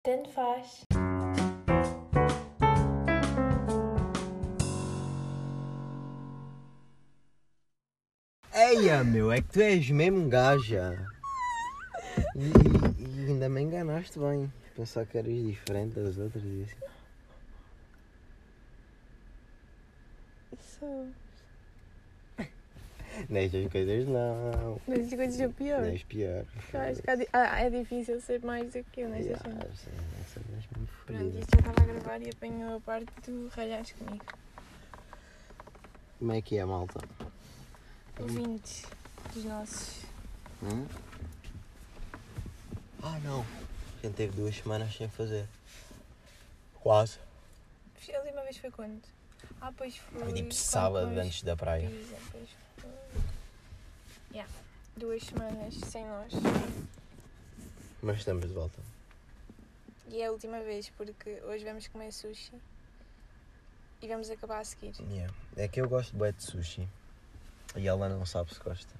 Tanto faz. Eia, meu, é que tu és mesmo gaja. E ainda me enganaste bem. Pensar que eras diferente das outras e assim. Sou. Nestas coisas não. Mas as coisas são pior. És pior. Eu acho que é difícil ser mais do que eu nestas cenas. Essa és mesmo Pronto, fodida. isto já estava a gravar e apanhou a parte do ralhares comigo. Como é que é, malta? Ouvintes dos nossos. Ah, não. A gente teve 2 semanas sem fazer. Quase. A última vez foi quando? Ah, pois foi. Foi tipo quando sábado comemos antes da praia. pizza, pois foi. Yeah. 2 semanas sem nós. Mas estamos de volta. E é a última vez porque hoje vamos comer sushi e vamos acabar a seguir. Yeah. É que eu gosto bué de sushi. E ela não sabe se gosta.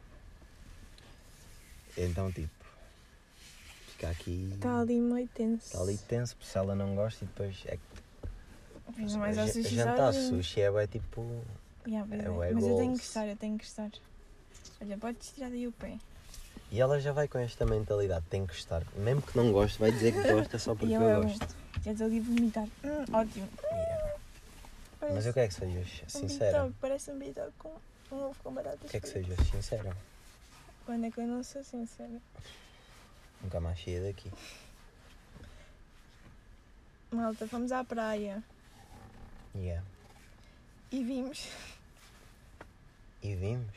Então, tipo, fica aqui. Está ali meio tenso. Está ali tenso, porque se ela não gosta e depois é que. Mas mais ao sushi jantar sozinho. sushi é bué tipo. Yeah, É mas bué eu tenho goals. que gostar. Olha, podes tirar daí o pé. E ela já vai com esta mentalidade, tem que gostar. Mesmo que não goste, vai dizer que gosta só porque E eu eu gosto. já estou ali a vomitar. Ótimo. Yeah. Parece Mas eu quero que sejas sincera. bitoque, parece um bitoque com um ovo com batatas Quer que fritas. sejas sincera. Quando é que eu não sou sincera? Nunca mais saia daqui. Malta, fomos à praia Yeah. e vimos. E vimos?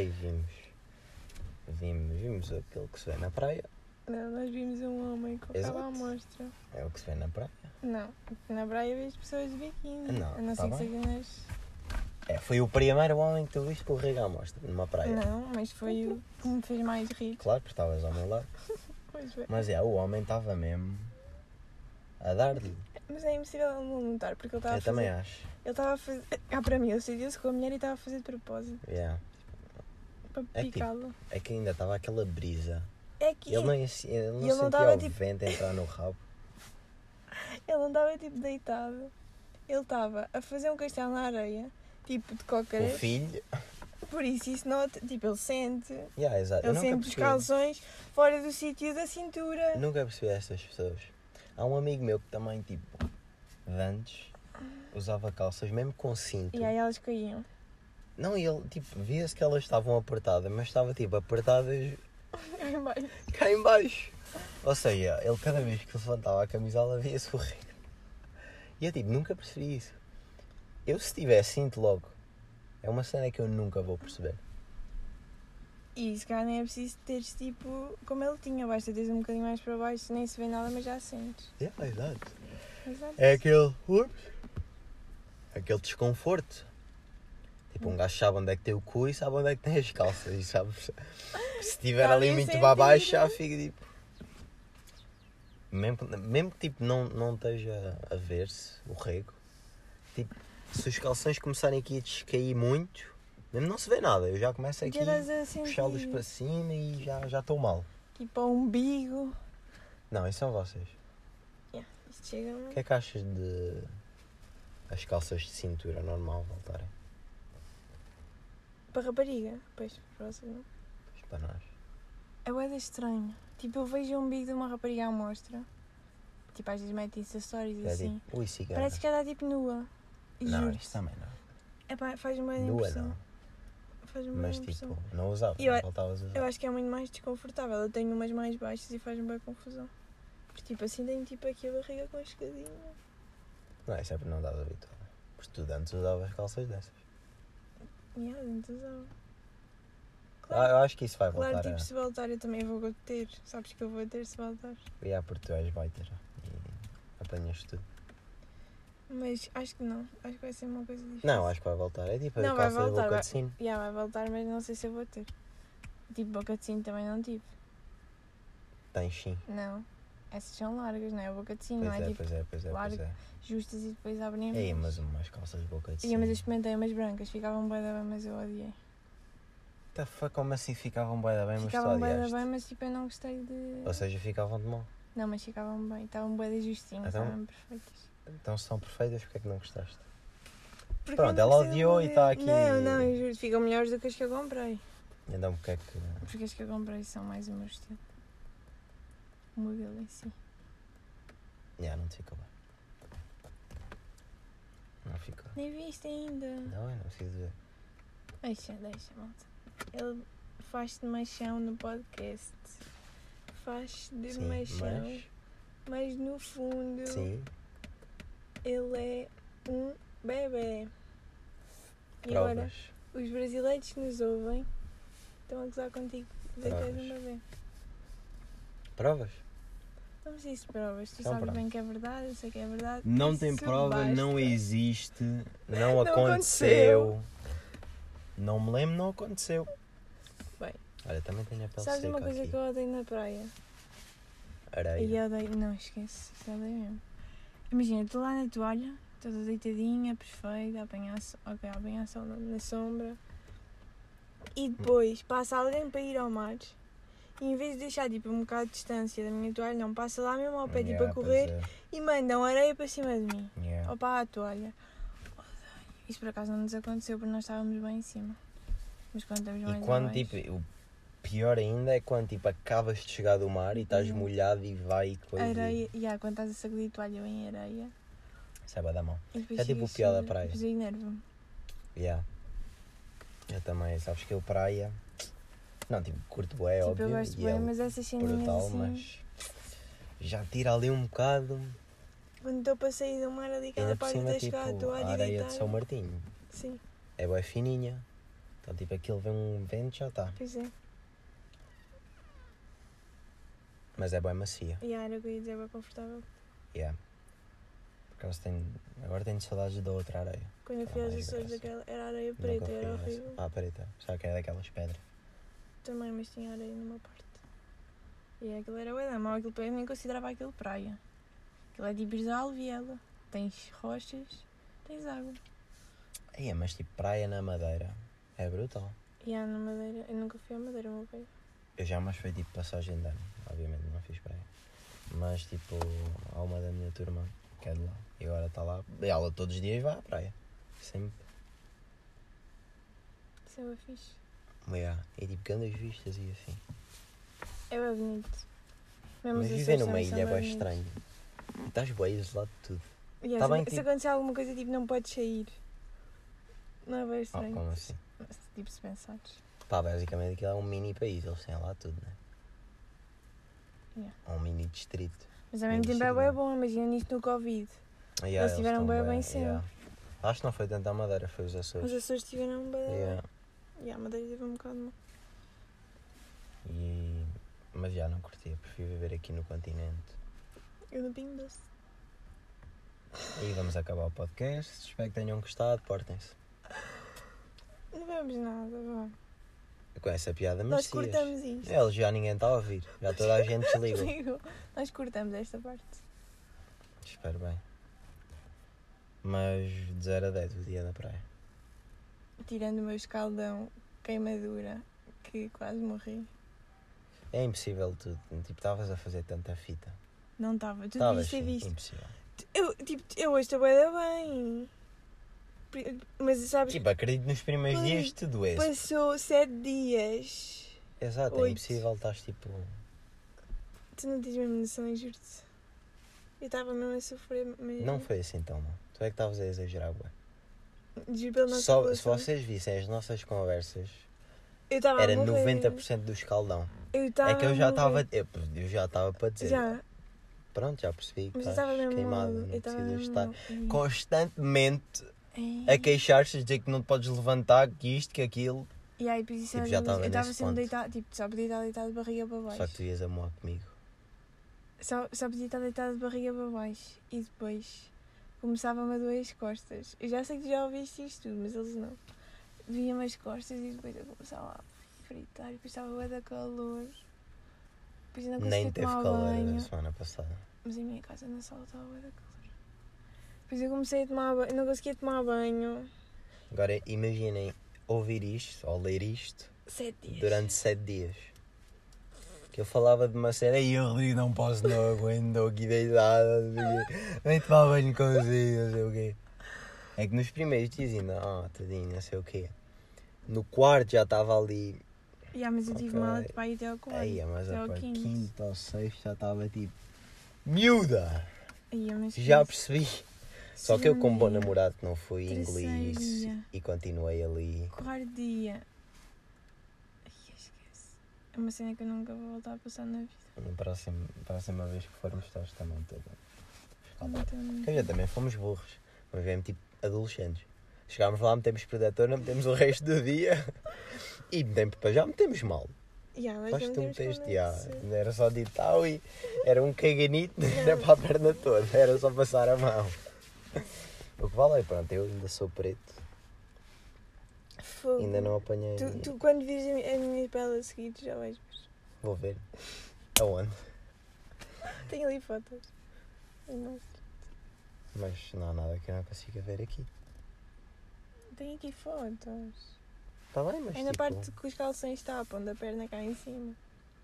Vimos aquilo que se vê na praia. Não, nós vimos um homem com Exato. a amostra. É o que se vê na praia. Não, na praia vejo pessoas de biquíni. Não, A não tá ser que bem. seja nas. É, foi o primeiro homem que tu viste com o rego à mostra, numa praia. Não, mas foi o que me fez mais rir. Claro, porque estavas ao meu lado. Pois foi. Mas o homem estava mesmo a dar-lhe. Mas é impossível ele não notar, porque ele estava a Eu fazer. também acho. Ele estava a fazer. Para mim, ele decidiu-se com a mulher e estava a fazer de propósito. Yeah. Para É tipo- picá-la. É que ainda estava aquela brisa. É que Ele não ele sentia não tava, o tipo- vento entrar no rabo. não estava tipo deitado. Ele estava a fazer um castelo na areia, tipo de O cócaras. filho. Por isso nota, tipo, ele sente. Yeah, exato. Eu Ele nunca sente os percebi. calções fora do sítio da cintura. Nunca percebi estas pessoas. Há um amigo meu que também, tipo, de antes, usava calças mesmo com cinto. E aí elas caíam. Não, e ele, tipo, via-se que elas estavam apertadas, mas estava, tipo, apertadas Aí vai. cá em baixo. Ou seja, ele cada vez que levantava a camisola via-se o rego. E eu, tipo, nunca percebi isso. Eu, se tivesse cinto logo, é uma cena que eu nunca vou perceber. E se calhar nem é preciso teres tipo como ele tinha, basta teres um bocadinho mais para baixo, nem se vê nada, mas já sentes. Exato. Exato. É aquele... aquele desconforto. Tipo, um gajo sabe onde é que tem o cu e sabe onde é que tem as calças. E sabe, se estiver Está ali bem muito sentido. para baixo, já fica tipo... Mesmo que tipo, não esteja a ver-se o rego, tipo, se os calções começarem aqui a descair muito, mesmo não se vê nada. Eu já começo aqui Já estás a a sentir, puxá-los para cima e já estou mal. tipo ao umbigo. Não, isso são vocês. Isto chega O que é que achas de as calças de cintura normal voltarem? para rapariga. Pois, para vocês não. Pois para nós. É bué de estranho. Tipo, eu vejo o umbigo de uma rapariga à mostra. Tipo, às vezes metem Insta Stories É assim. tipo, ui, cigarra. Parece que ela está tipo nua. E Não, juro-te. isso também não. Epá, faz-me bem Nua impressão. não. Faz-me bem Mas impressão. tipo, não usava, Eu- não voltavas a usar. Eu acho que é muito mais desconfortável. Eu tenho umas mais baixas e faz-me bem confusão. Porque tipo assim tenho tipo aqui a barriga com escadinha. Não, isso é porque não estás habituado. Os estudantes usavam as calças dessas. E a gente usava. Eu acho que isso vai Claro, voltar tipo, se voltar eu também vou ter. Sabes que eu vou ter se voltar. porque tu és baita já. E apanhas tudo. Mas acho que não. Acho que vai ser uma coisa difícil. Não, acho que vai voltar. É tipo a Não, vai calça de voltar, boca vai. de sino. Já vai voltar, mas não sei se eu vou ter. Tipo, boca de sino também não tive. Tens sim. Não. Essas são largas, não é? A boca de sino, Pois não é? é, Tipo, pois é, pois é, pois largo. é. justas e depois abrem a Ei, mais. mas umas calças de boca de Sim, sino. mas eu experimentei umas brancas, ficavam bem da bem, mas eu odiei. The fuck, como assim ficavam bué da bem, mas tu Ficavam bem da odiaste? bem, mas tipo eu não gostei de... Ou seja, ficavam de mal. Não, mas ficavam bem. Estavam bem justinhos, Então- estavam perfeitas. Então se são perfeitas, porque é que não gostaste? Porque Pronto, eu não ela gostei do odiou e modelo. está aqui. Não, eu juro, ficam melhores do que as que eu comprei. Então porque é que... Porque as que eu comprei são mais o meu estilo. O modelo em si. Não te fica bem. Não fica. Nem viste ainda. Não, eu não preciso ver. Deixa, malta. Ele faz de machão no podcast. Faz de Sim, machão. Mas no fundo, Sim, ele é um bebê. E agora, provas. os brasileiros que nos ouvem estão a gozar contigo. Dizer que és um Provas. bebê. Provas? Não preciso de provas. Tu Então sabes pronto. bem que é verdade, eu sei que é verdade. Não Isso tem prova, basta. não existe, não Não aconteceu. Não me lembro, não aconteceu. Bem. Olha, também tenho a pele Sabes seca uma coisa aqui. que eu odeio na praia? Areia. E eu odeio. Não, esquece. Isso eu odeio mesmo. Imagina, estou lá na toalha, toda deitadinha, perfeita, a apanhar sol, ok, a apanhar sol na sombra. E depois passa alguém para ir ao mar. E em vez de deixar tipo um bocado de distância da minha toalha, não, passa lá mesmo ao pé, tipo a correr pois é. e mandam areia para cima de mim. Yeah. Ou para a toalha. Odeio. Isso por acaso não nos aconteceu porque nós estávamos bem em cima. Mas quando estamos mais E quando abaixo, tipo, o pior ainda é quando tipo acabas de chegar do mar e estás Uhum. molhado e vai coisa. areia, quando estás a sacudir toalha vem areia. Isso é bué da mão. E depois É tipo ficas o pior da suja. praia. Depois eu enervo-me. Yeah. Eu também, sabes que eu praia. Não, tipo, curto bué, Tipo, óbvio. eu gosto e bem, é mas essas ceninhas brutal, assim, mas já tira ali um bocado. quando estou para sair do mar ali, aquela Ainda por parte cima, de tipo, chegar à a toalha e areia deitar. de São Martinho Sim, é bué fininha. Então, tipo, aquilo vem um vento já está. pois é. Mas é bué macia. E a área que eu ia dizer é bem confortável. Yeah. Por acaso agora tenho saudades da outra areia. Quando eu Era fui às mais Açores, engraçado. aquela era areia preta, Nunca fui era nessa. horrível. Ah, preta. Sabe que é daquelas pedras. Também, mas tinha areia numa parte. E aquilo era bué da mau, aquilo eu nem considerava aquilo praia. Aquilo é tipo ires à Alviela. Tens rochas, tens água. Mas tipo, praia na Madeira é brutal. E há na Madeira, eu nunca fui à Madeira uma vez. Eu já mais fui tipo passagem de ano. Obviamente não fiz praia. Mas tipo, há uma da minha turma que é de lá. E agora está lá. E ela todos os dias vai à praia. Sempre. Isso é bem fixe. Yeah. E tipo, grandes vistas e assim. É bem bonito. Mesmo Mas os viver Açores numa também são ilha é bem bem bonitos. estranho. E estás bem isolado de tudo. Yeah, Tá bem, se tipo- acontecer alguma coisa, tipo, não podes sair. Não é bem estranho. Como assim? Mas, tipo, se pensares. Pá, basicamente aquilo é um mini país. Eles têm lá tudo, né? Yeah. É um mini distrito. Mas ao mesmo tempo é bem bom, imagina nisto no Covid. Yeah, Eles tiveram estão bem sempre. yeah. Acho que não foi tanto a Madeira, foi os Açores. Os Açores tiveram bem. Yeah. A Madeira teve um bocado mal. Mas já não curtia, prefiro viver aqui no continente. Eu no Pingo Doce. E vamos acabar o podcast. Espero que tenham gostado. Portem-se. Não vamos nada, vá. Com essa piada, mas Nós cortamos isto. Eles já ninguém está a ouvir. Já toda a gente desligou. Desligou. Nós cortamos esta parte. Espero bem. Mas de 0 a 10 o dia da praia. Tirando o meu escaldão, queimadura, que quase morri. É impossível tudo. Tipo, estavas a fazer tanta fita. Não estava. Tu Estavas devias ter sim, visto. impossível. Eu hoje estou bem bem. Mas sabes, Tipo, acredito nos primeiros Pois, dias te doesse. passou 7 dias. Exato, é 8. impossível, estás tipo... Tu não tens mesmo noção, eu juro-te. Eu estava mesmo a sofrer mesmo. Não foi assim tão mal. Tu é que estavas a exagerar, bué. Juro pela nossa Só, se relação. vocês vissem as nossas conversas, Eu estava era a morrer. 90% do escaldão. Eu estava É que eu a já morrer. estava... Eu já estava para dizer. Já, Pronto, já percebi que mas eu estás estava mesmo queimado. mal. Não Eu estava precisas mesmo estar mal. constantemente Ai. a queixar-se, a dizer que não te podes levantar, que isto, que aquilo. E aí, depois isso Tipo, era já uma coisa- estava eu estava nesse sempre ponto. deitada, tipo, só podia estar deitada de barriga para baixo. Só que tu ias a moar comigo. Só podia estar deitada de barriga para baixo. E depois começava-me a doer as costas. Eu já sei que tu já ouviste isto tudo, mas eles não. Doía-me as costas e depois eu começava a fritar. E depois estava bué da calor. Depois ainda Nem conseguia teve tomar calor banho. a semana passada. Mas em minha casa na sala estava bué da calor. Depois eu comecei a tomar banho. Não conseguia tomar banho. Agora imaginem ouvir isto ou ler isto 7 dias. durante 7 dias. Que eu falava de uma cena e eu, Rodrigo, não posso, não aguento, estou aqui deitado, vem tomar banho consigo, não sei o quê. É que nos primeiros dias ainda, tadinho, não sei o quê. No quarto já estava ali. Mas eu tive mal para ir até ao quarto. Mas até ao para quinto. quinto ou sexto já estava tipo. Miúda! Mas Já percebi. Só que eu, como bom dia, namorado, não fui terceiro inglês dia, e continuei ali. quarto dia. Esquece. É uma cena que eu nunca vou voltar a passar na vida. Na próxima vez que formos, estás também todo. Então, Quer dizer, também fomos burros. Mas mesmo tipo adolescentes. Chegámos lá, metemos protetor, não metemos o resto do dia. E já metemos mal. Mas tu meteste, era só de tal e era um caganito, era para a perna toda, era só passar a mão. O que vale é, pronto, eu ainda sou preto. Fogo. Ainda não apanhei. Tu quando vires a minha pele a seguir, tu já vais ver. Vou ver. Aonde? Tenho ali fotos. Mas não há nada que eu não consiga ver aqui. Tenho aqui fotos. Está bem, mas É na tipo, parte que os calções tapam, da perna cá em cima.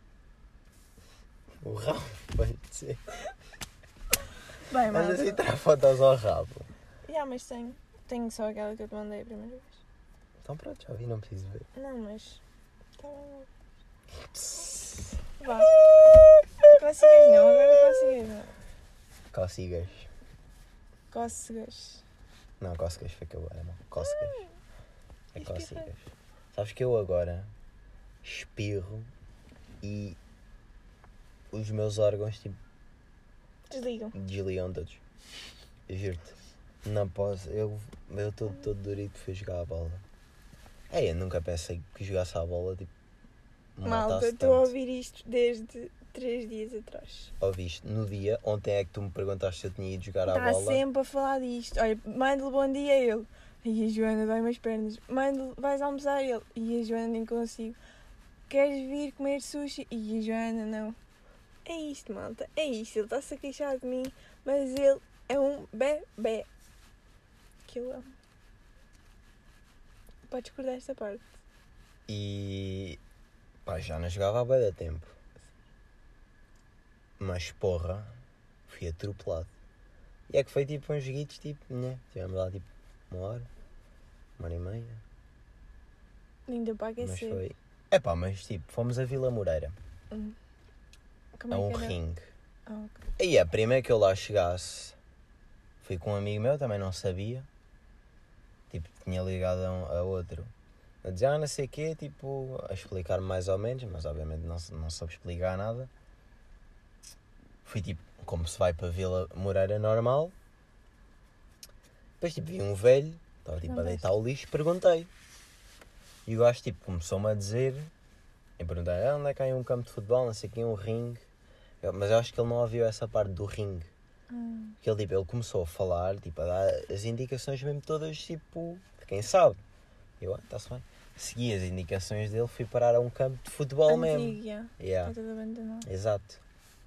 o rabo, pode ser. Bem, Mas malta. assim tirar fotos ao rabo. Mas tenho. Tenho só aquela que eu te mandei a primeira vez. Então pronto, já vi, não preciso ver. Não, mas... Tá bom. Vá. Cócegas não, agora cócegas não. Cócegas. Cócegas. Não, cócegas foi que eu era, não. Cócegas. É Espirra. cócegas. Sabes que eu agora espirro e os meus órgãos tipo desligam todos. Eu juro-te. Não posso. Eu estou todo durito fui jogar a bola. Eu nunca pensei que jogasse a bola tipo. Malta, estou a ouvir isto desde 3 dias atrás. Ouviste? No dia, ontem é que tu me perguntaste se eu tinha ido jogar a bola. Está sempre a falar disto. Olha, manda-lhe bom dia a ele. E a Joana dói-me as pernas. Manda-lhe, vais almoçar a ele. E a Joana nem consigo. Queres vir comer sushi? E a Joana não. É isto, malta. É isto. Ele está-se a queixar de mim. Mas ele é um bebê. Que eu amo. Podes cortar esta parte. E já não jogava há bué de tempo. Mas porra, fui atropelado. E é que foi tipo uns joguitos tipo, né? Tivemos lá tipo 1 hora e meia. Ainda para aquecer. Mas foi. Mas tipo, fomos a Vila Moreira. Como A é um que era? ringue. Ok. E a primeira que eu lá chegasse, fui com um amigo meu, também não sabia. Tipo, tinha ligado a outro. A dizer, não sei o quê, tipo, a explicar mais ou menos, mas obviamente não soube explicar nada. Fui tipo, como se vai para Vila Moreira normal. Depois tipo, vi um velho, estava tipo a deitar o lixo, perguntei. E o gajo tipo, começou-me a dizer, eu perguntei, onde é que há um campo de futebol, não sei o quê, um ringue. Mas eu acho que ele não ouviu essa parte do ringue. Porque ele começou a falar, tipo, a dar as indicações mesmo todas, tipo, de quem sabe. Eu, está-se bem. Segui as indicações dele, fui parar a um campo de futebol mesmo. Está tudo abandonado. Exato.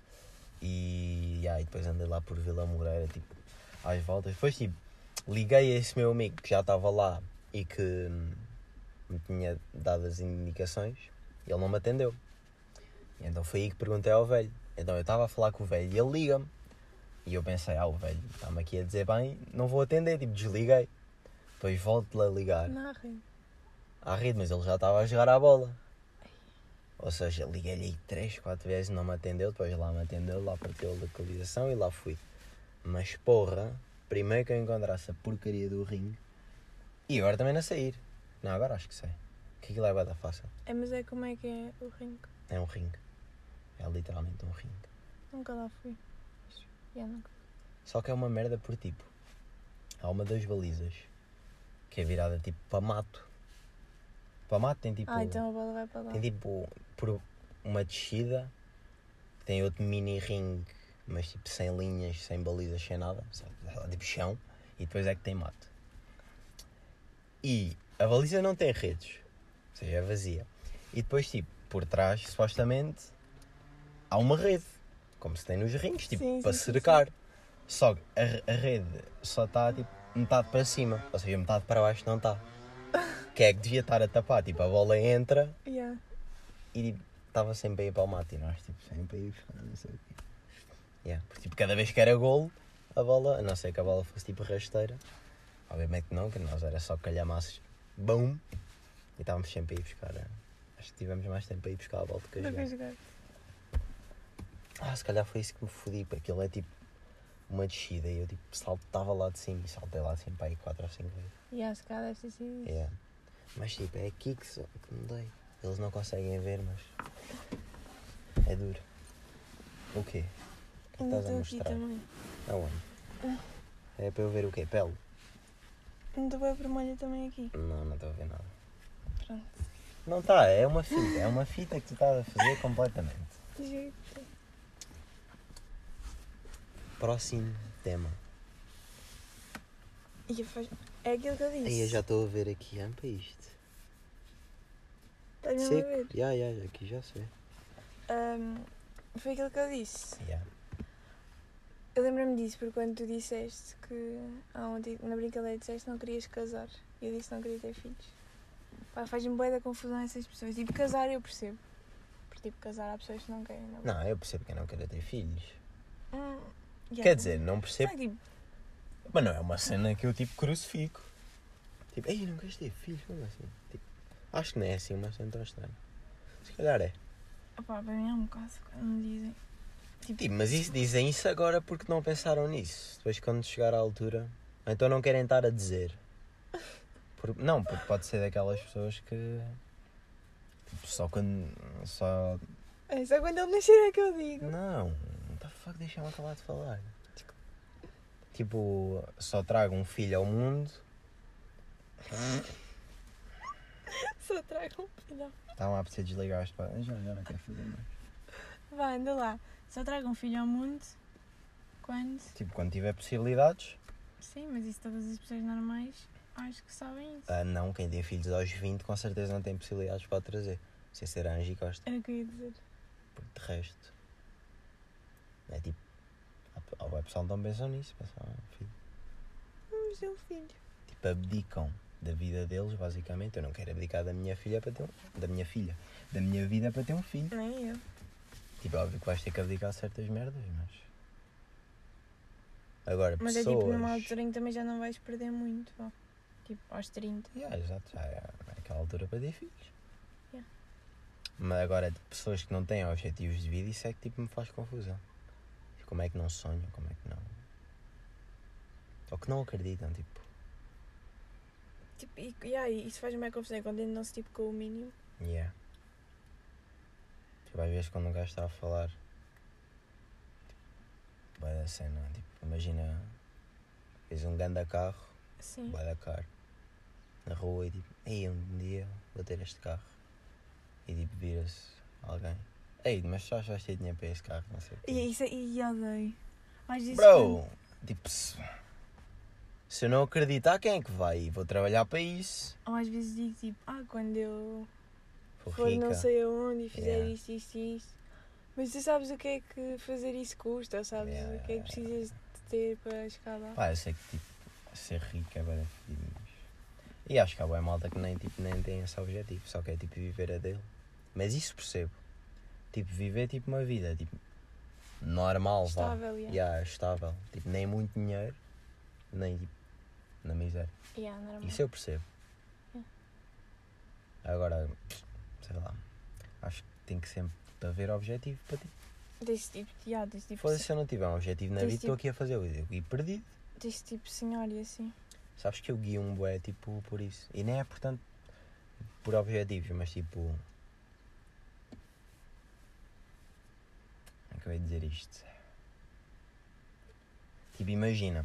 E depois andei lá por Vila Moreira, tipo, às voltas. Depois, tipo, liguei a esse meu amigo que já estava lá e que me tinha dado as indicações e ele não me atendeu. E então foi aí que perguntei ao velho. Então eu estava a falar com o velho e ele liga-me. E eu pensei, o velho está-me aqui a dizer bem, não vou atender, tipo, desliguei. Depois volto-lhe a ligar. Na rede. À rede, mas ele já estava a jogar à bola. Ou seja, liguei-lhe aí 3, 4 vezes, não me atendeu, depois lá me atendeu, lá partiu a localização e lá fui. Mas porra, primeiro que eu encontrasse a porcaria do ringue, e agora também não sair. Não, agora acho que sei. Que aquilo é bué da fácil. Mas como é que é o ringue? É um ringue. É literalmente um ringue. Nunca lá fui. Nunca. Só que é uma merda por tipo. Há uma das balizas que é virada tipo para mato. Para mato tem tipo. Então a bola vai para lá. Tem tipo por uma descida, tem outro mini ringue, mas tipo sem linhas, sem balizas, sem nada, tipo chão, e depois é que tem mato. E a baliza não tem redes, ou seja, é vazia. E depois tipo, por trás, supostamente, há uma rede, como se tem nos rings, tipo, para cercar. Sim. Só que a rede só está tipo metade para cima, ou seja, metade para baixo não está. Que é que devia estar a tapar, tipo, a bola entra e estava sempre a ir para o mato e nós tipo, sempre a ir buscar, não sei o quê. Yeah. Porque tipo, cada vez que era golo, a bola, a não ser que a bola fosse tipo rasteira, obviamente não, que nós era só calhamaços, boom, e estávamos sempre a ir buscar. Acho que tivemos mais tempo a ir buscar a bola do que a jogar. Se calhar foi isso que me fodi, porque aquilo é tipo uma descida e eu tipo saltava lá de cima e saltei lá de cima para aí 4 ou 5 vezes. Se calhar deve ter sido isso. Yeah. Mas tipo, é aqui que me dei. Eles não conseguem ver, mas é duro. O quê? O que Ainda estás a estou aqui mostrar? também. Aonde? É para eu ver o quê? Pele? Ainda estou bem vermelha também aqui. Não estou a ver nada. Pronto. Não está, é uma fita que tu estás a fazer completamente. Jeito. Próximo tema. É aquilo que eu disse. Aí eu já estou a ver aqui, para isto. Estás mesmo a ver? Já, aqui já sei. Foi aquilo que eu disse. Yeah. Eu lembro-me disso porque quando tu disseste que ontem na brincadeira disseste que não querias casar. E eu disse que não queria ter filhos. Pá, faz-me bué da confusão essas pessoas. Tipo, casar eu percebo. Porque tipo, casar há pessoas que não querem. Não, eu percebo que eu não quero ter filhos. Yeah. Quer dizer, não percebo. Sabe, tipo, Mas não é uma cena que eu tipo crucifico. Tipo, ei, não queres ter filhos? Como assim? Tipo, acho que não é assim uma cena tão estranha. Se calhar é. opá, para mim é um bocado quando me dizem. Tipo, mas isso, dizem isso agora porque não pensaram nisso. Depois quando chegar à altura. Então não querem estar a dizer. Não, porque pode ser daquelas pessoas que. Tipo, só quando. Só quando ele nascer é que eu digo. Não, what the fuck, deixa-me acabar de falar. Tipo, só trago um filho ao mundo. Só trago um filho. Está-me a apetecer desligar este pá. Já não quero fazer mais. Vai, anda lá. Só trago um filho ao mundo. Quando? Tipo, quando tiver possibilidades. Sim, mas isso todas as pessoas normais acho que sabem isso. Não, quem tem filhos aos 20 com certeza não tem possibilidades para trazer. Sem ser a Angie Costa. Era o que eu ia dizer. Porque de resto. É tipo. O pessoal não pensa nisso. Pensam, filho. Vamos ter um filho. Tipo, abdicam da vida deles, basicamente. Eu não quero abdicar da minha filha para ter da minha filha. Da minha vida para ter um filho. Nem eu. Tipo, óbvio que vais ter que abdicar certas merdas, mas. Agora, Mas pessoas. é tipo numa altura em que também já não vais perder muito. Ó. Tipo, aos 30. Exato, já é aquela altura para ter filhos. Yeah. Mas agora, de pessoas que não têm objetivos de vida, isso é que tipo me faz confusão. Como é que não sonham, como é que não. Ou que não acreditam, tipo. Tipo, isso faz-me mais confusão quando ainda não se tipo com o mínimo. Yeah. Tipo, às vezes quando um gajo está a falar. Tipo, vai da cena, tipo, imagina. Fez um ganda carro. Sim. Vai da carro. Na rua e tipo, ei, um dia vou ter este carro. E tipo, vira-se alguém. Ei, mas só vais ter dinheiro para esse carro, não sei o quê. E odeio. Às vezes Bro, tipo, se eu não acreditar, quem é que vai? E vou trabalhar para isso. Ou às vezes digo tipo, quando eu For for rica. não sei aonde e fizer Yeah. isto. Mas tu sabes o que é que fazer isso custa, ou sabes Yeah, o que é que precisas de ter para chegar lá. Pá, eu sei que tipo, ser rico é bem fedido, mas. E acho que há boa malta que nem tem esse objetivo, só quer tipo viver a dele. Mas isso percebo. Tipo, viver tipo uma vida tipo normal, Estável, vá. yeah. Estável. Tipo, nem muito dinheiro, nem tipo na miséria. Normal. Isso eu percebo. Yeah. Agora, sei lá, acho que tem que sempre haver objetivo para ti. Desse tipo. Foda-se, se eu não tiver um objetivo na vida, Desse estou aqui a fazer o eu guio perdido. Desse tipo senhor e assim. Sabes que eu guio um bué tipo por isso. E nem é portanto por objetivos, mas tipo. Acabei de dizer isto. Tipo, imagina.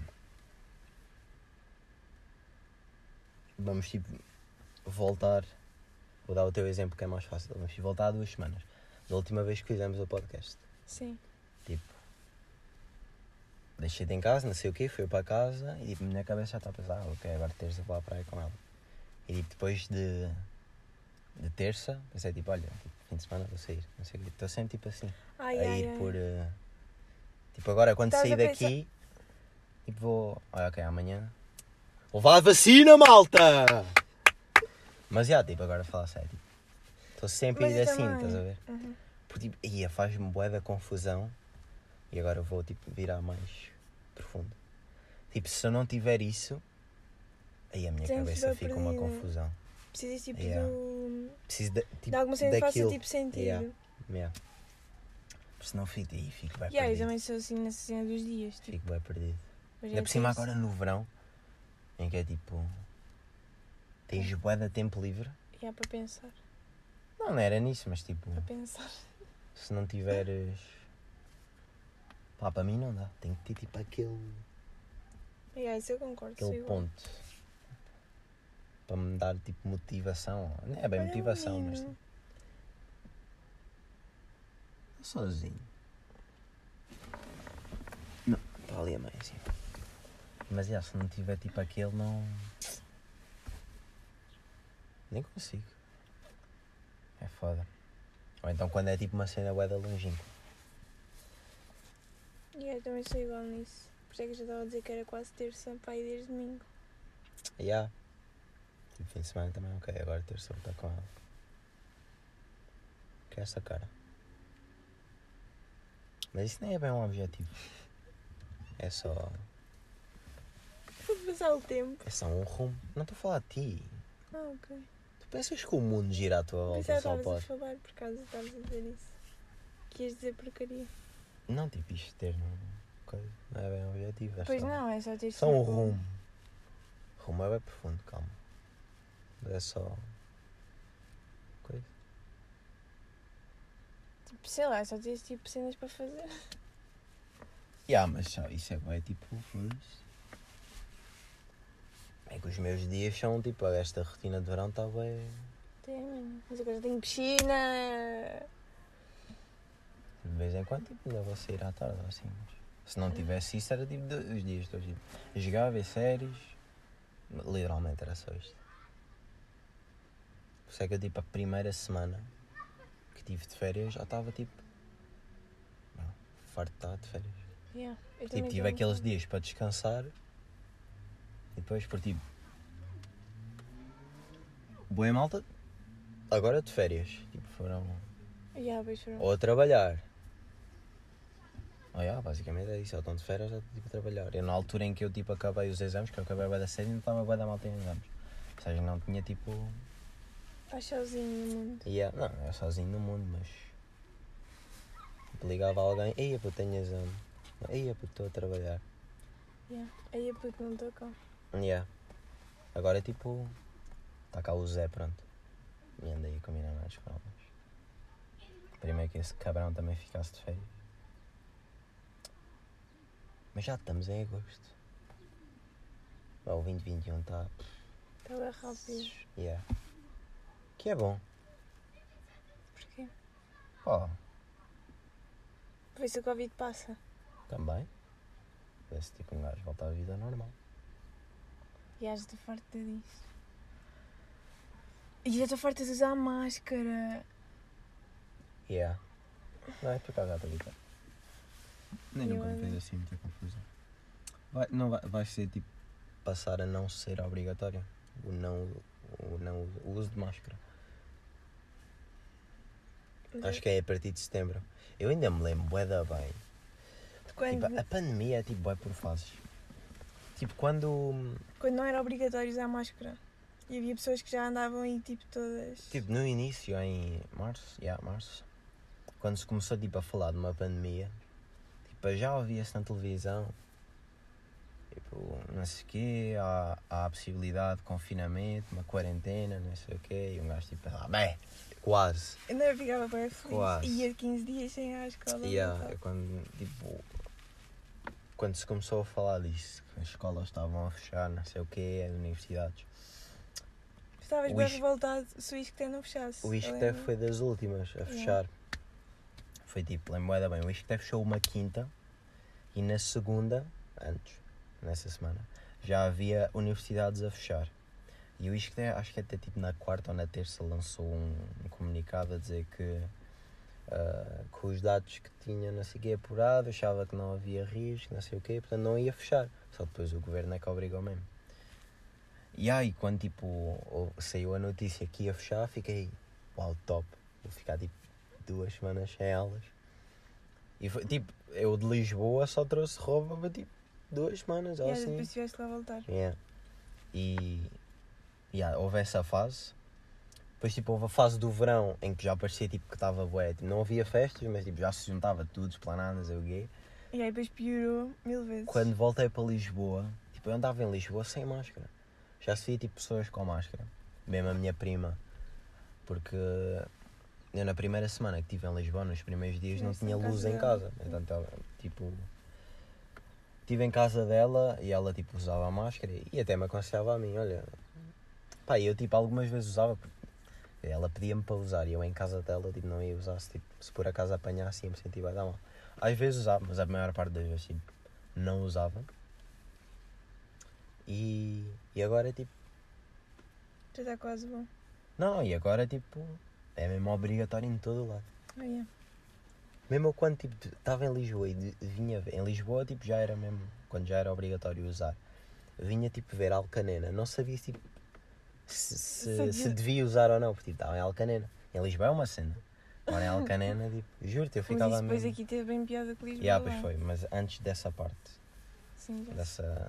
Vamos tipo voltar. Vou dar o teu exemplo que é mais fácil. Vamos voltar há 2 semanas. Da última vez que fizemos o podcast. Sim. Tipo. Deixei-te em casa, não sei o quê, fui para casa e tipo, na minha cabeça já está a pensar, ok, agora terça vou à praia com ela. E tipo, depois de terça, pensei tipo, olha, tipo, fim de semana vou sair, não sei o quê. Estou sempre tipo assim, a ir por... tipo, agora quando Estás sair a daqui, tipo, vou... Olha, ok, amanhã... Vou levar a vacina, malta! Mas já, tipo, agora falar sério. Tipo, Estou sempre a Mas ir eu assim, também. estás a ver? Uhum. Porque tipo, ia, faz-me bué da confusão. E agora vou tipo virar mais profundo. Tipo, se eu não tiver isso, aí a minha Sempre cabeça bem fica uma perdida. confusão. Precisas tipo Yeah. do... Preciso de, de tipo, alguma cena que faça daquilo. tipo sentido. Yeah. Yeah. Porque senão fico bem Eu perdido. também sou assim nessa cena dos dias. Tipo, Fico bem perdido. hoje Ainda é por cima terça. agora no verão, em que é tipo, tens bué de tempo livre. E há para pensar. Não era nisso, mas tipo, Para pensar. se não tiveres... Pá, para mim não dá. Tem que ter tipo aquele Isso eu concordo. Sou igual. ponto. Para me dar tipo motivação. Não é bem Olha, motivação, mas menino. tipo, sozinho. Não, está ali a mãe assim. Mas se não tiver tipo aquele, não. Nem consigo. É foda. Ou então quando é tipo uma cena bué da longínqua. Eu também sou igual nisso. Por isso é que eu já estava a dizer que era quase terça para ir desde domingo. Tipo fim de semana também, ok. Agora terça vou estar com ela. Que é essa cara. Mas isso nem é bem um objetivo. É só. Vou passar o tempo. É só um rumo. Não estou a falar de ti. Ok. Tu pensas que o mundo gira à tua volta, Pensava que só estavas a pode. falar por causa de estavas a dizer isso. Que ias dizer porcaria. Não, tipo isto ter coisa. Não é bem um objetivo. Pois não, é só ter Só um sempre rumo. Rumo é bem profundo, calma. Mas é só. Coisa. Tipo, sei lá, só tens tipo cenas para fazer. Mas só, isso é bem tipo. Foda-se. É que os meus dias são tipo. Esta rotina de verão está bem. Tem, mas agora tenho piscina. De vez em quando tipo, ainda vou sair à tarde ou assim. Mas se não tivesse isso era tipo os dias todos. Tipo, jogar, ver séries. Literalmente era só isto. Por isso é que eu tipo a primeira semana que tive de férias já estava tipo. Farto de estar de férias. Eu Tipo, tive aqueles dias para descansar e depois por tipo. Boa malta, agora de férias. Tipo, foram. Pois foram. Ou a trabalhar. Basicamente é isso, ou estão de férias ou tipo a trabalhar. Eu na altura em que eu tipo acabei os exames, que eu acabei bué da série, não estava bué da malta em exames. Ou seja, não tinha tipo. Estás sozinho no mundo. Não, eu sozinho no mundo, mas. Tipo, ligava a alguém, eia puto, tenho exame. Eia puto, estou a trabalhar. Aí é puto, não estou cá. Agora é tipo. Está cá o Zé, pronto. E andei a combinar mais com elas. Primeiro que esse cabrão também ficasse de férias. Mas já estamos em agosto. O 2021 está. Está bem rápido. Que é bom. Porquê? Para ver se o Covid passa. Também. Ver se tipo um gajo volta à vida normal. E já estou farta disso. E já estou farta de usar máscara. Não é por causa da vida. Nem nunca me fez assim muita confusão. Vai ser tipo passar a não ser obrigatório o uso de máscara. Acho que é a partir de setembro. Eu ainda me lembro bué da bem. Tipo, a pandemia é tipo bué por fases. Tipo quando não era obrigatório usar máscara. E havia pessoas que já andavam aí tipo todas. Tipo no início, em março. Quando se começou tipo a falar de uma pandemia. Tipo, já ouvia-se na televisão. Tipo, não sei o quê, há a possibilidade de confinamento, uma quarentena, não sei o quê, e um gajo tipo, quase. Eu não ficava bem feliz. Quase. Ia 15 dias sem ir à escola. Quando se começou a falar disso, que as escolas estavam a fechar, não sei o quê, as universidades. Estavas bem revoltado se o ISCTE não fechasse. O ISCTE foi das últimas a fechar. Foi tipo, lembro bem, o ISCTE fechou uma quinta e na segunda, nessa semana, já havia universidades a fechar. E o ISCTE, acho que até tipo na quarta ou na terça, lançou um comunicado a dizer que com os dados que tinha, não sei o que, apurado, achava que não havia risco, não sei o quê, portanto não ia fechar. Só depois o governo é que obrigou mesmo. E aí, quando tipo saiu a notícia que ia fechar, fiquei, uau, top. Vou ficar tipo 2 semanas sem aulas. E foi tipo, eu de Lisboa só trouxe roupa para tipo 2 semanas ou E assim. depois tiveste lá a voltar. Yeah. E houve essa fase. Depois tipo, houve a fase do verão em que já parecia tipo, que estava bué. Tipo, não havia festas, mas tipo, já se juntava tudo, esplanadas, eu gay. E aí depois piorou 1000 vezes. Quando voltei para Lisboa, tipo, eu andava em Lisboa sem máscara. Já se via tipo, pessoas com máscara. Mesmo a minha prima. Porque eu na primeira semana que estive em Lisboa, nos primeiros dias, não Estiveste tinha em casa luz em dela. casa. Então estava tipo... Estive em casa dela e ela tipo usava a máscara e até me aconselhava a mim, olha... Pá, eu tipo algumas vezes usava, porque ela pedia-me para usar e eu em casa dela tipo, não ia usar, se por acaso apanhasse ia me sentir bem da mal. Às vezes usava, mas a maior parte das vezes tipo, não usava. E agora tipo... Já está quase bom. Não, e agora tipo, é mesmo obrigatório em todo o lado. Ah, yeah. Mesmo eu quando tipo, estava em Lisboa e vinha em Lisboa tipo, já era mesmo, quando já era obrigatório usar, vinha tipo ver Alcanena, não sabia tipo, se devia usar ou não, porque tipo, estava em Alcanena. Em Lisboa é uma cena, agora em Alcanena, tipo, juro-te, eu Mas ficava isso depois mesmo... aqui teve bem piada que Lisboa. Yeah, pois foi, mas antes dessa parte, Sim, já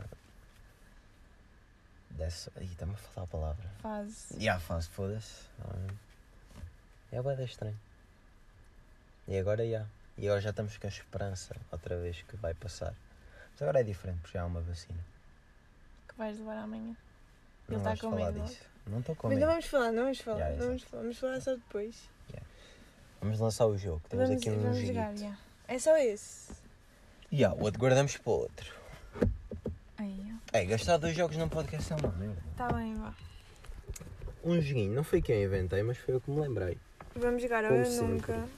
dessa... Ih, está-me a falar a palavra. fase. Fase, foda-se. É bué da estranho. E agora, E agora já estamos com a esperança, outra vez, que vai passar. Mas agora é diferente, porque já há uma vacina. Que vais levar amanhã. Ele Não está vais com falar medo. disso. Não estou com Mas medo. não vamos falar, não vamos falar. Yeah, não vamos falar. Vamos falar só depois. Vamos lançar o jogo. Temos aqui um vamos jogar, joguito. yeah. É só esse. O outro guardamos para o outro. Aí, Gastar 2 jogos num podcast é uma merda. está bem, vá. Um joguinho, não foi que eu inventei, mas foi eu que me lembrei. Vamos jogar Como Eu sempre. Nunca.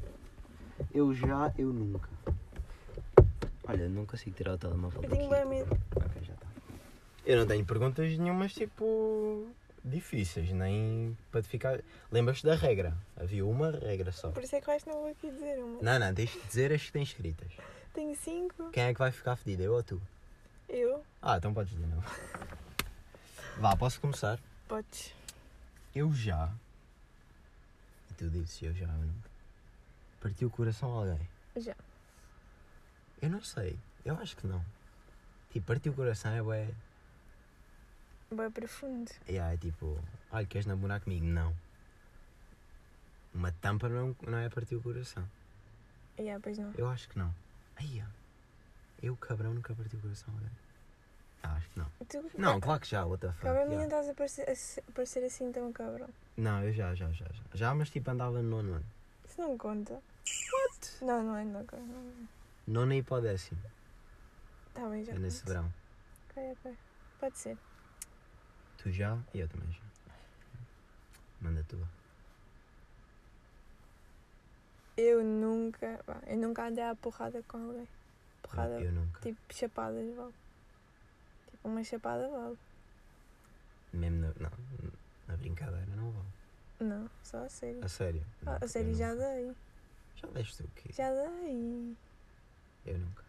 Eu nunca. Olha, não consigo tirar o telemóvel Eu daqui. tenho bem medo. Ok, já está. Eu não tenho perguntas nenhumas, tipo, difíceis, nem para te ficar... Lembras-te da regra? Havia uma regra só. Por isso é que eu acho que não vou aqui dizer uma. Não, tens de dizer as que tens escritas. Tenho 5. Quem é que vai ficar fedido, eu ou tu? Eu? Então podes dizer não. Vá, posso começar? Podes. Eu já... E tu dizes eu já, eu nunca. Parti o coração a alguém? Já. Eu não sei, eu acho que não. Tipo, partir o coração é bué... Bem profundo. É tipo, olha, queres namorar comigo? Não. Uma tampa não é partir o coração. Pois não. Eu acho que não. Eu, cabrão, nunca parti o coração a alguém. Acho que não. Tu, Não, claro que já, what the fuck. Calma, a mim não yeah. estás a parecer assim tão cabrão. Não, eu já. Já, mas tipo andava no nono ano. Isso não conta. What? Não é, não conta. Nono e para o 10º. Está bem, já. É nesse conta. verão. Ok. Pode ser. Tu já e eu também já. Manda a tua. Eu nunca andei à porrada com alguém. Porrada, Eu nunca. tipo chapadas, vale. Tipo uma chapada, vale. Mesmo na brincadeira não vale. Não, só a sério. A sério. A Nunca, sério eu já nunca. dei. Já deste o quê? Já dei. Eu nunca.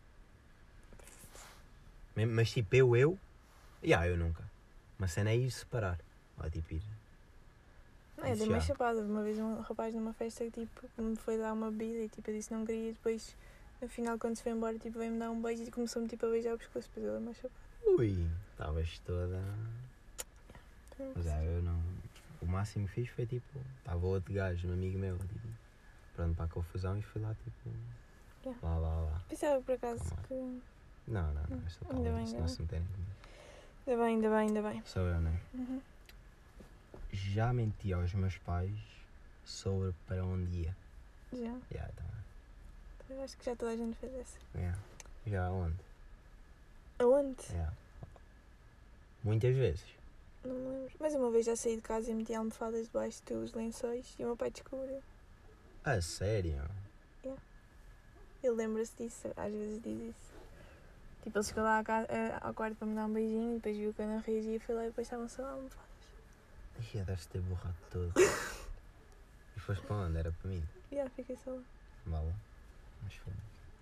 Mas tipo, eu nunca. Uma cena é ir separar. Ou tipo ir. Não, eu Isso dei uma já. chapada. Uma vez um rapaz numa festa que tipo, me foi dar uma bebida e tipo, eu disse não queria. E depois, no final, quando se foi embora, tipo, veio-me dar um beijo e começou-me tipo, a beijar o pescoço. Depois eu dei uma chapada. Ui, estavas toda. Mas eu não. O máximo que fiz foi tipo. Estava outro gajo, um amigo meu, tipo. Pronto para a confusão e fui lá tipo. Yeah. Lá. Pensava por acaso Calma. que. Não, estou Ainda calmo, bem, se ainda não bem. se meterem comigo. Ainda bem. Sou eu, não é? Uhum. Já menti aos meus pais sobre para onde ia. Já. Tá. Eu acho que já toda a gente fez essa. Já onde? Aonde? Muitas vezes. Não me lembro. Mas uma vez já saí de casa e meti almofadas debaixo dos lençóis e o meu pai descobriu. A sério? Ele lembra-se disso, às vezes diz isso. Tipo, ele chegou lá ao quarto para me dar um beijinho e depois viu que eu não reagia e foi lá e depois estavam só almofadas. Deves ter borrado todo. E foste para onde? Era para mim? Fiquei só lá. Vá lá. Mas foi.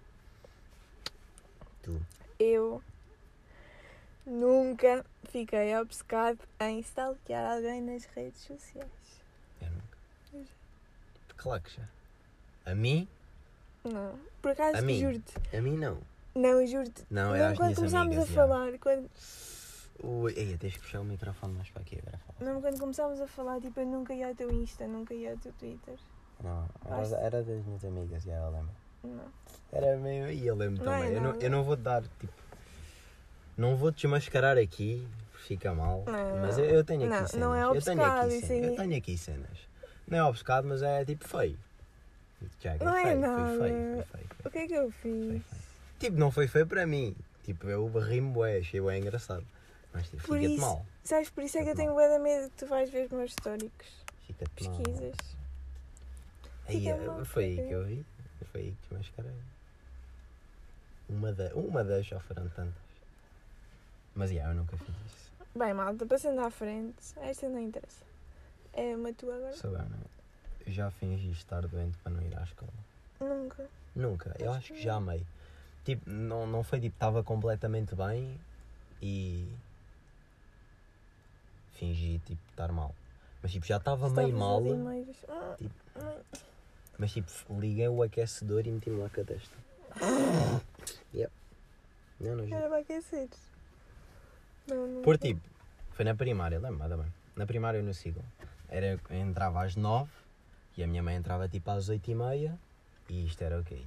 Tu? Eu nunca fiquei obcecado em stalkear alguém nas redes sociais. Eu nunca. Claro que já. A mim? Não. Por acaso, A mim? juro-te. A mim não. Não, juro-te. Não, era Não, às quando minhas começámos amigas, a já. falar, Ei, tens que puxar o microfone mais para aqui agora. Fala. não, quando começámos a falar, tipo, eu nunca ia ao teu Insta, nunca ia ao teu Twitter. Não, era das minhas amigas, já eu lembro. Não. Era meio. E eu lembro Não é também. nada. Eu não vou dar, tipo. Não vou desmascarar aqui, fica mal. Não, mas não. eu tenho aqui Não, cenas. não é eu tenho obcecado, aqui isso cenas. aí. Eu tenho aqui cenas. Não é obcecado, mas é tipo feio. Já que Não é feio, nada. foi feio. O que é que eu Foi fiz? feio. Tipo, não foi feio para mim. Tipo, eu ri-me bué, achei bué engraçado. Mas tipo, Por fica-te isso- mal. Sabes, por isso é que eu Fica-te tenho bué de medo que tu vais ver os meus históricos. Fica-te mal. Pesquisas. Aí, Fica mal, foi aí fica. que eu vi. Foi aí que desmascarei. Uma das já foram tantas. Mas eu nunca fiz isso. Bem, malta, passando à frente. Esta não interessa. É uma tua agora? Sou eu, não é? Eu já fingi estar doente para não ir à escola. Nunca. Nunca. Eu acho que já amei. Tipo, não foi tipo, estava completamente bem e fingi tipo estar mal. Mas tipo, já estava meio mal. Tipo, mas tipo, liguei o aquecedor e meti-me lá com a testa. Yep. Não. Era para aquecer. Não. Por tipo, foi na primária, lembro-me bem. Na primária eu no Sigla. Eu entrava às 9 e a minha mãe entrava tipo às 8h30 e isto era o quê?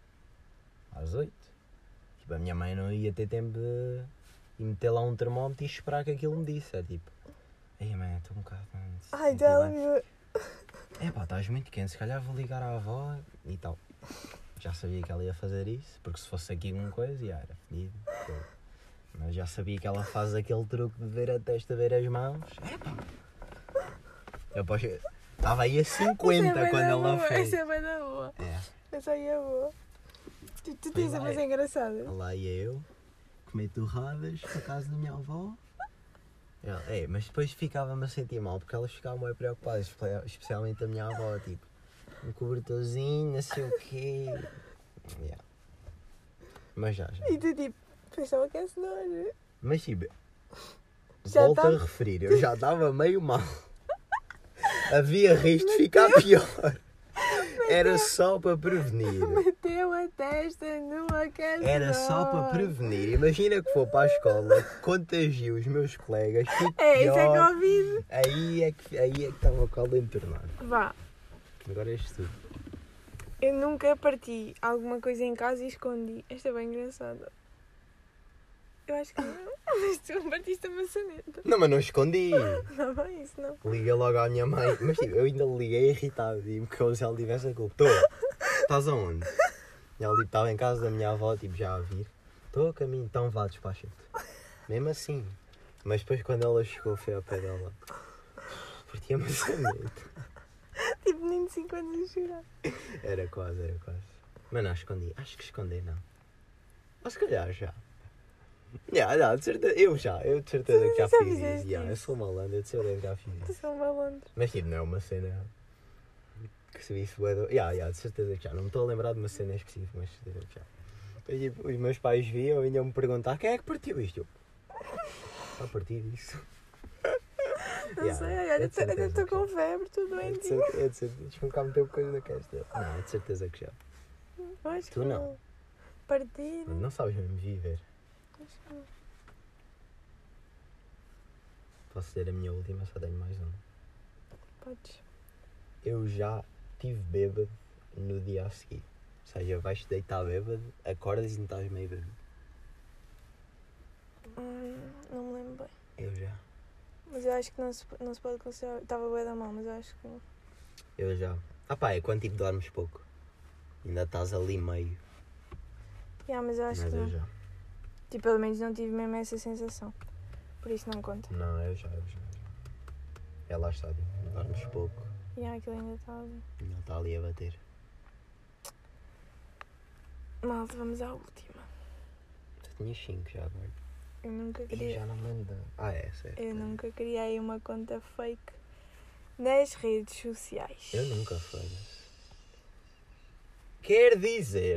Às 8. Tipo, a minha mãe não ia ter tempo de meter lá um termómetro e esperar que aquilo me disse. É tipo, ei mãe, estou um bocado. Ai, já viu. É pá, estás muito quente, se calhar vou ligar à avó e tal. Já sabia que ela ia fazer isso, porque se fosse aqui alguma coisa, já era fedido. Mas já sabia que ela faz aquele truque de ver a testa, ver as mãos. É pá. Eu estava aí a 50 quando ela fez. Essa é bem da boa. É. Essa aí é boa. Tu Foi tens lá, umas engraçadas. Lá ia eu, comer torradas na casa da minha avó. Mas depois ficava-me a sentir mal, porque elas ficavam bem preocupadas, especialmente a minha avó, tipo, um cobertorzinho, não sei o quê. Yeah. Mas já. E tu tipo, fez o aquecedor. Mas tipo, Já volto tá- a referir, eu já estava meio mal. Havia risco de ficar pior. Era só para prevenir. Meteu a testa no aquecedor. Era só para prevenir. Imagina que for para a escola, contagio os meus colegas, fico É, isso é pior. Covid. Aí é que estava o caldo entornado. Vá, Agora és tu. eu nunca parti alguma coisa em casa e escondi. Esta é bem engraçada. Eu acho que não. Mas tu partiste a maçaneta. Não, mas não escondi. Não vai isso, não. Liguei logo à minha mãe. Mas tipo, eu ainda liguei irritado. E como se ela tivesse a culpa. Estás aonde? E ela tipo, estava em casa da minha avó, tipo, já a vir. Estou a caminho, então vá, despacha-te. Mesmo assim. Mas depois quando ela chegou, foi ao pé dela. Partia a maçaneta. Tipo, nem de 5 anos a chorar. Era quase. Mas não escondi. Acho que escondi não. Ou se calhar já. Não, de certeza. Eu de certeza que já Já fiz fizeste isso. Eu isso? sou malandro, eu de certeza que já fiz Tu isso. sou um malandro. Mas tipo, não é uma cena que se visse bué do... de certeza que já. Não me estou a lembrar de uma cena específica, mas de certeza que já. E, tipo, os meus pais viam, vinham-me perguntar quem é que partiu isto? Eu, a partir disso. Não sei, olha, até estou com febre, tudo doente. É de certeza. Deixa-me cá meter coisa na casta. Não, é de certeza que já. Acho Tu que não. Partir. Não sabes mesmo viver. Acho que não. Posso ser a minha última, só tenho mais uma. Podes. Eu já estive bêbado no dia a seguir. Ou seja, vais-te deitar bêbado, acordas e não estás meio bêbado. Não me lembro bem. Eu já. Mas eu acho que não se pode considerar. Estava bem da mão, mas eu acho que não. Eu já. Ah pá, é quando tipo dormes pouco. Ainda estás ali meio. Mas eu acho Mas que eu não. já. Tipo, pelo menos não tive mesmo essa sensação. Por isso não me conta. Não, eu já. É lá está, tipo, dormes pouco. Aquilo ainda está ali. Ele está ali a bater. Malta, vamos à última. Tu tinhas 5 já agora. Eu nunca E queria. já não me lembro. Certo. Eu nunca criei uma conta fake nas redes sociais. Eu nunca foda-se. Quer dizer.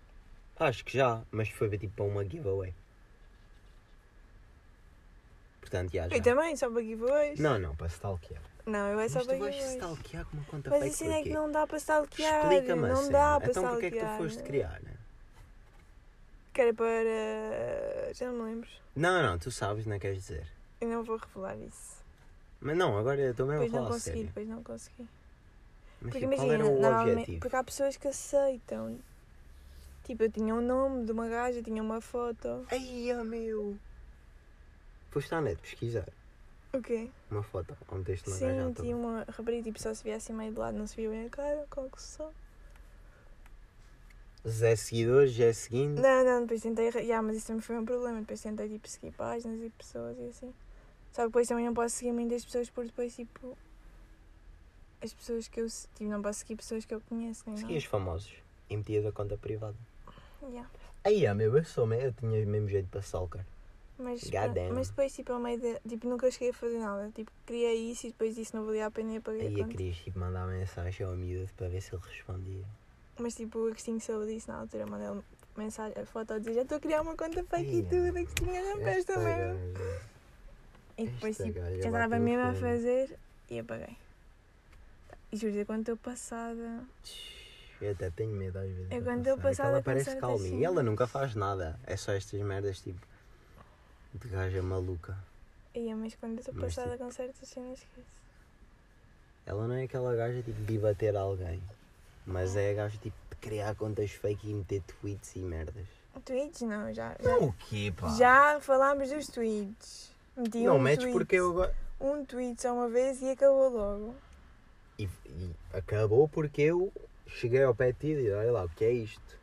Acho que já, mas foi tipo para uma giveaway. Portanto, já. Eu também, só para giveaways. Não, para stalkear. Não, eu é só Mas para tu vais giveaways. stalkear com uma conta Mas fake assim é que porquê? não dá para stalkear. Explica-me a Não cena. dá para Então porquê é que tu stalkear. foste criar, né? Que era para... Já não me lembro. Não, tu sabes, não queres dizer. Eu não vou revelar isso. Mas não, agora eu estou mesmo a Depois não falar a consegui, sério. depois não consegui. Mas Porque tipo, qual imagina, era o normalmente... objetivo? Porque há pessoas que aceitam. Tipo, eu tinha um nome de uma gaja, tinha uma foto. Ai, meu! Foste à net pesquisar O quê? uma foto onde tens uma gaja à Sim, toa. tinha uma rapariga, tipo, só se via assim meio de lado, não se via bem a cara, conclusão. Zé seguidores, já é seguindo. Não, depois tentei... mas isso também foi um problema. Depois tentei, tipo, seguir páginas e pessoas e assim. Só que depois também não posso seguir muitas pessoas porque depois, tipo... As pessoas que eu... Tipo, não posso seguir pessoas que eu conheço, nem Seguias famosos e metias a conta privada. Yeah. Aí, meu, eu tinha mesmo jeito para stalker. Mas Goddamn. depois, tipo, ao meio de... Tipo, nunca cheguei a fazer nada. Tipo, criei isso e depois disso não valia a pena e apaguei Aí a conta. querias tipo, mandar mensagem ao amigo para ver se ele respondia. Mas, tipo, o Agostinho soube disso na altura. Mandei-lhe mensagem, a foto a dizer, já estou a criar uma conta fake e Ai, tudo. Agostinho, não presta mesmo. E depois, Esta tipo, gaja já bate estava no mesmo a fundo. fazer e apaguei. E juro, quando estou passada... Eu até tenho medo às vezes. É de quando eu passar. passava Ela com parece certas calminha. E cenas. ela nunca faz nada. É só estas merdas tipo de gaja maluca. Mas quando eu estou Mas, passada com certas cenas, esquece. Ela não é aquela gaja tipo de bater alguém. Mas é a gaja tipo de criar contas fake e meter tweets e merdas. Tweets não, já Não o quê, pá? já falámos dos tweets. Meti Não um metes tweet, porque eu agora... um tweet só uma vez e acabou logo. E acabou porque eu cheguei ao pé de ti e disse, olha lá, o que é isto?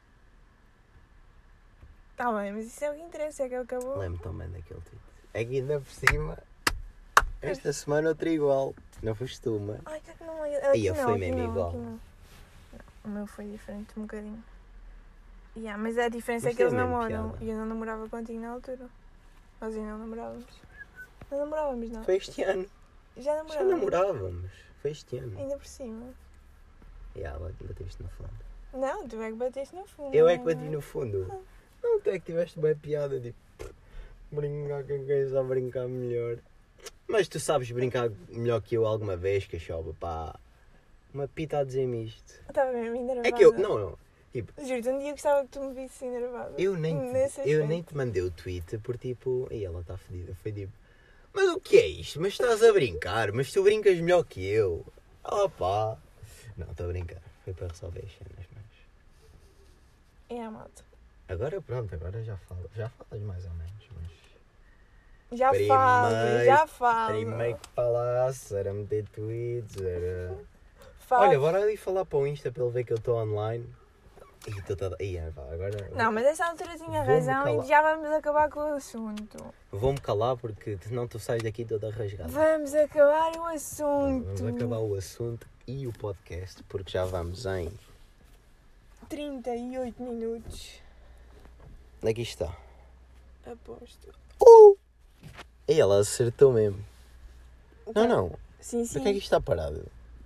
Tá bem, mas isso é o que interessa, é que acabou. Lembro também daquele tweet. É que ainda por cima, esta semana outra igual. Não foste tu, mano. Ai, que não é. Aí, Aqui eu não, fui aqui mesmo não, igual. aqui não. O meu foi diferente um bocadinho. Mas a diferença Mas é que eles deu mesmo namoram. piada. E eu não namorava contigo na altura. Nós ainda não namorávamos. Não namorávamos, não. Foi este ano. Já Já namorávamos. namorávamos. Foi este ano. Ainda por cima. Bateste no fundo. Não, tu é que bateste no fundo. Eu é que bati no fundo. Não, tu é que tiveste bem piada, tipo, brincar com quem sabe brincar melhor. Mas tu sabes brincar melhor que eu alguma vez, cachorro, pá. Uma pita a dizer-me isto. Estava mesmo enervada. É que eu, não. Juro-te, um dia gostava que tu me visses enervada. Eu nem te mandei o tweet por tipo, e ela está fedida. Foi tipo, mas o que é isto? Mas estás a brincar? Mas tu brincas melhor que eu. Ah pá. Não, estou a brincar. Foi para resolver as cenas, mas... É a malta. Agora pronto, agora já falas mais ou menos, mas... Já falo. Primeiro que falasse, era meter tweets, era... Falo. Olha, bora ali falar para o Insta para ele ver que eu estou online. E estou toda... agora... Não, mas essa altura tinha Vou-me razão calar. e já vamos acabar com o assunto. Vou-me calar porque senão tu sais daqui toda rasgada. Vamos acabar o assunto. Vamos acabar o assunto e o podcast, porque já vamos em... 38 minutos. Aqui está. Aposto. E ela acertou mesmo. Não. Sim, Por que é que isto está parado?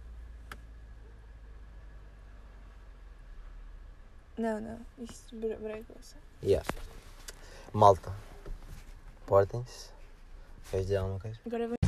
Não. Isto bregou-se. Yeah. Malta. Portem-se. Queres dizer alguma coisa? Agora vamos...